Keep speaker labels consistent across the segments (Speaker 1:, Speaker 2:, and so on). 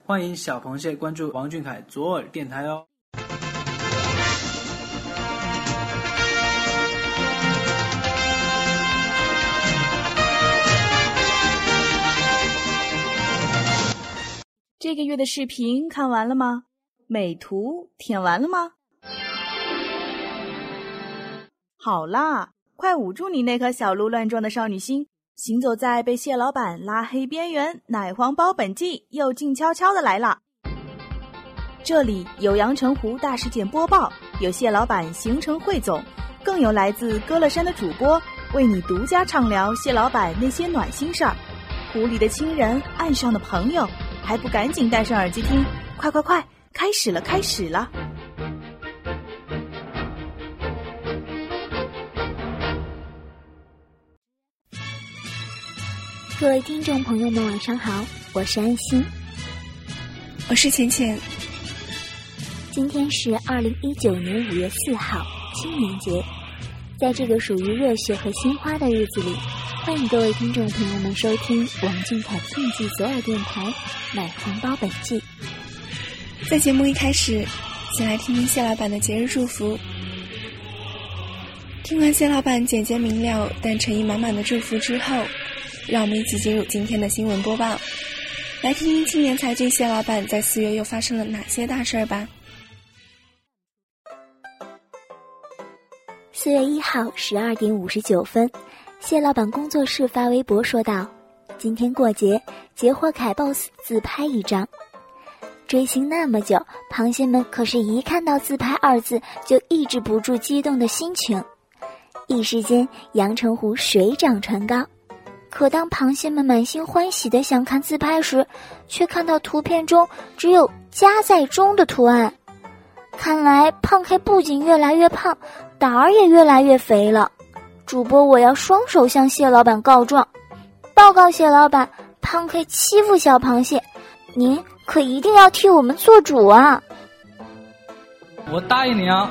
Speaker 1: 欢迎小螃蟹关注王俊凯左耳电台哦。
Speaker 2: 这个月的视频看完了吗？美图舔完了吗？好啦，快捂住你那颗小鹿乱撞的少女心，行走在被蟹老板拉黑边缘，奶黄包本季又静悄悄的来了。这里有阳澄湖大事件播报，有蟹老板行程汇总，更有来自歌乐山的主播为你独家畅聊蟹老板那些暖心事儿。湖里的亲人，岸上的朋友，还不赶紧戴上耳机听？快快快，开始了！
Speaker 3: 各位听众朋友们晚上好，我是安心，
Speaker 4: 我是浅浅。
Speaker 3: 今天是2019年5月4号青年节，在这个属于热血和鲜花的日子里，欢迎各位听众朋友们收听王俊凯聘季左耳电台奶黄包本季。
Speaker 4: 在节目一开始，先来听听蟹老板的节日祝福。听完蟹老板简洁明了但诚意满满的祝福之后，让我们一起进入今天的新闻播报，来听听青年才俊蟹老板在4月又发生了哪些大事吧。
Speaker 3: 4月1号12点59分，蟹老板工作室发微博说道：今天过节，截获凯 boss 自拍一张。追星那么久，螃蟹们可是一看到自拍2字就抑制不住激动的心情，一时间阳澄湖水涨船高。可当螃蟹们满心欢喜地想看自拍时，却看到图片中只有加在中的图案。看来胖 K 不仅越来越胖，胆儿也越来越肥了。主播我要双手向蟹老板告状，报告蟹老板，胖 K 欺负小螃蟹，您可一定要替我们做主啊！
Speaker 1: 我答应你啊。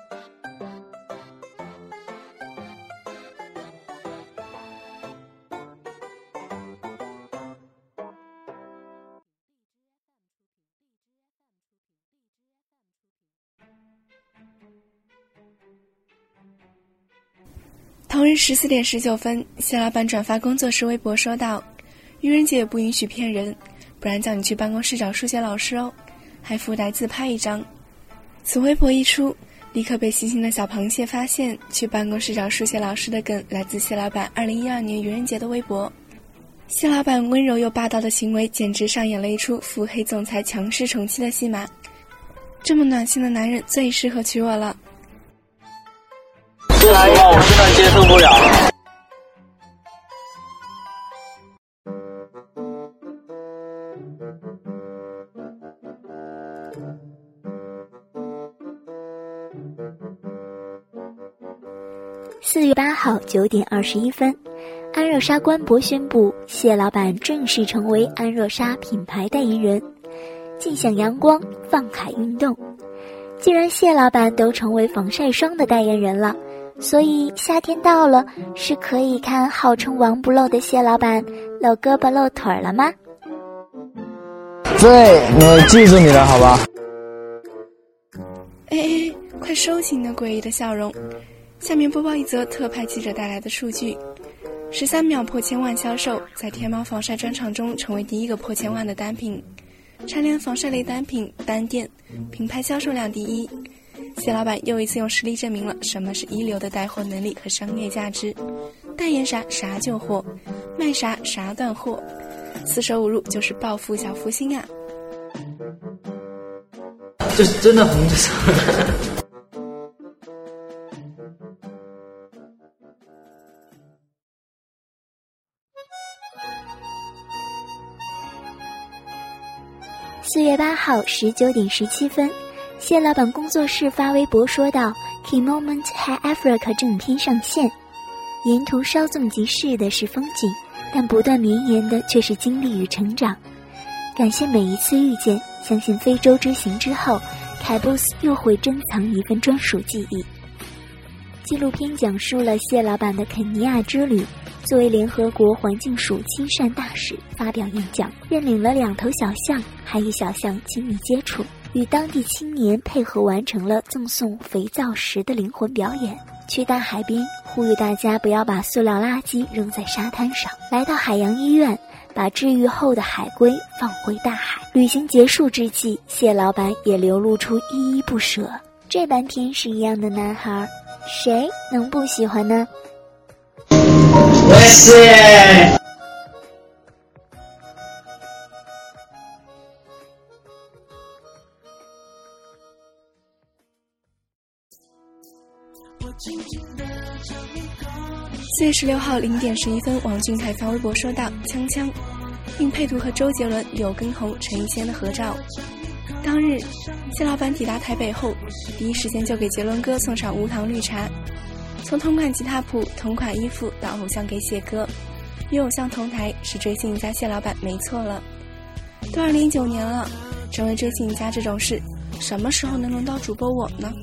Speaker 4: 同日14点19分，蟹老板转发工作室微博说道：愚人节不允许骗人，不然叫你去办公室找数学老师哦，还附带自拍一张。此微博一出，立刻被细心的小螃蟹发现，去办公室找数学老师的梗来自蟹老板2012年愚人节的微博。蟹老板温柔又霸道的行为简直上演了一出腹黑总裁强势宠妻的戏码，这么暖心的男人最适合娶我了。
Speaker 1: 说实话，我真的接受不了。
Speaker 3: 4月8号9点21分，安热莎官博宣布，蟹老板正式成为安热莎品牌代言人，尽享阳光，放凯运动。既然蟹老板都成为防晒霜的代言人了，所以夏天到了，是可以看号称王不露的蟹老板露胳膊露腿了吗？
Speaker 5: 对，我记住你了，好吧？
Speaker 4: 快收起你那诡异的笑容。下面播报一则特派记者带来的数据：13秒破1000万销售，在天猫防晒专场中成为第一个破1000万的单品，蝉联防晒类单品单店品牌销售量第一。蟹老板又一次用实力证明了什么是一流的带货能力和商业价值，代言啥啥就火，卖啥啥断货，四舍五入就是暴富小福星啊！
Speaker 1: 这是真的红着上。
Speaker 3: 4月8号19点17分，蟹老板工作室发微博说道 Key Moment High Africa 正片上线，沿途稍纵即逝的是风景，但不断绵延的却是经历与成长。感谢每一次遇见，相信非洲之行之后，凯布斯又会珍藏一份专属记忆。 纪录片讲述了谢老板的肯尼亚之旅。作为联合国环境署亲善大使发表演讲，认领了2头小象，还与小象亲密接触，与当地青年配合完成了赠送肥皂石的灵魂表演。去大海边呼吁大家不要把塑料垃圾扔在沙滩上。来到海洋医院，把治愈后的海龟放回大海。旅行结束之际，谢老板也流露出依依不舍。这般天使一样的男孩，谁能不喜欢呢？
Speaker 5: 我也是。
Speaker 4: 4月16号0点11分，王俊凯发微博说道：“锵锵”，并配图和周杰伦、刘畊宏、陈奕先的合照。当日，谢老板抵达台北后，第一时间就给杰伦哥送上无糖绿茶。从同款吉他谱、同款衣服到偶像给谢哥，与偶像同台是追星赢家谢老板没错了。都2019年了，成为追星赢家这种事，什么时候能轮到主播我呢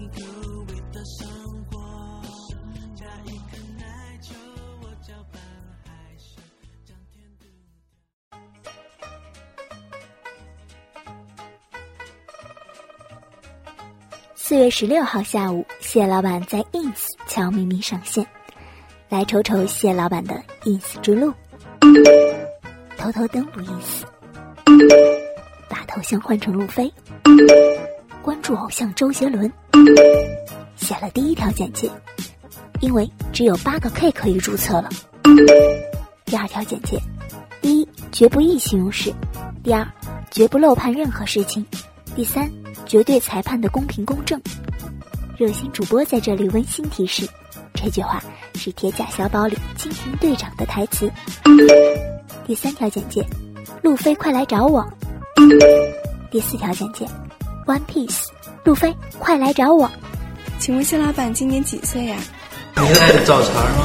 Speaker 3: ？4月16号下午，谢老板在 ins 悄咪咪上线，来瞅瞅谢老板的 ins 之路。偷偷登录 ins， 把头像换成路飞，关注偶像周杰伦，写了第一条简介，因为只有8个 K 可以注册了。第2条简介：第一，绝不易形容事；第2，绝不漏判任何事情；第3，绝对裁判的公平公正。热心主播在这里温馨提示，这句话是铁甲小宝里蜻蜓队长的台词。第3条简介：路飞快来找我。第4条简介： One Piece， 路飞快来找我。
Speaker 4: 请问谢老板今年几岁呀？
Speaker 1: 你是来找茬吗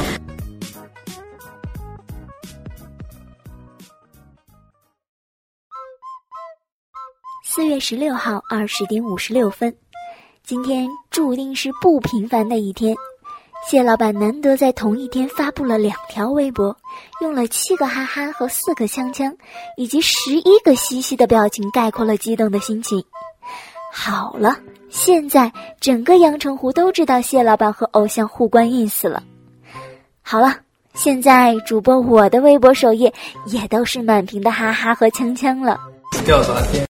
Speaker 3: ？4月16号20点56分，今天注定是不平凡的一天。谢老板难得在同一天发布了2条微博，用了7个哈哈和4个锵锵，以及11个嘻嘻的表情概括了激动的心情。好了，现在整个阳澄湖都知道谢老板和偶像互关 ins 了。好了，现在主播我的微博首页也都是满屏的哈哈和锵锵了。
Speaker 1: 调查天。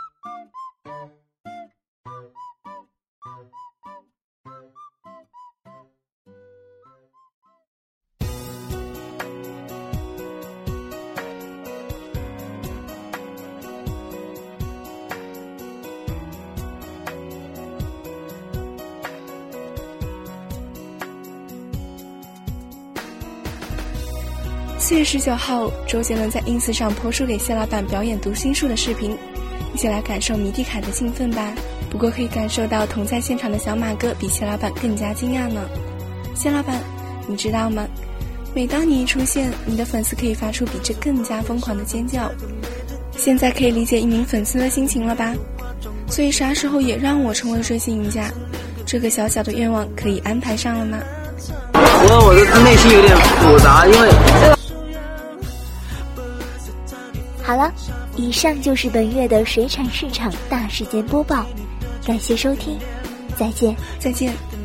Speaker 4: 4月19号，周杰伦在 ins 上播出给谢老板表演读心术的视频，一起来感受迷笛凯的兴奋吧。不过可以感受到同在现场的小马哥比谢老板更加惊讶呢。谢老板，你知道吗？每当你一出现，你的粉丝可以发出比这更加疯狂的尖叫。现在可以理解一名粉丝的心情了吧？所以啥时候也让我成为追星赢家？这个小小的愿望可以安排上了吗？
Speaker 1: 我的内心有点复杂，因为
Speaker 3: 好了，以上就是本月的水产市场大事件播报，感谢收听，再见。
Speaker 4: 再见。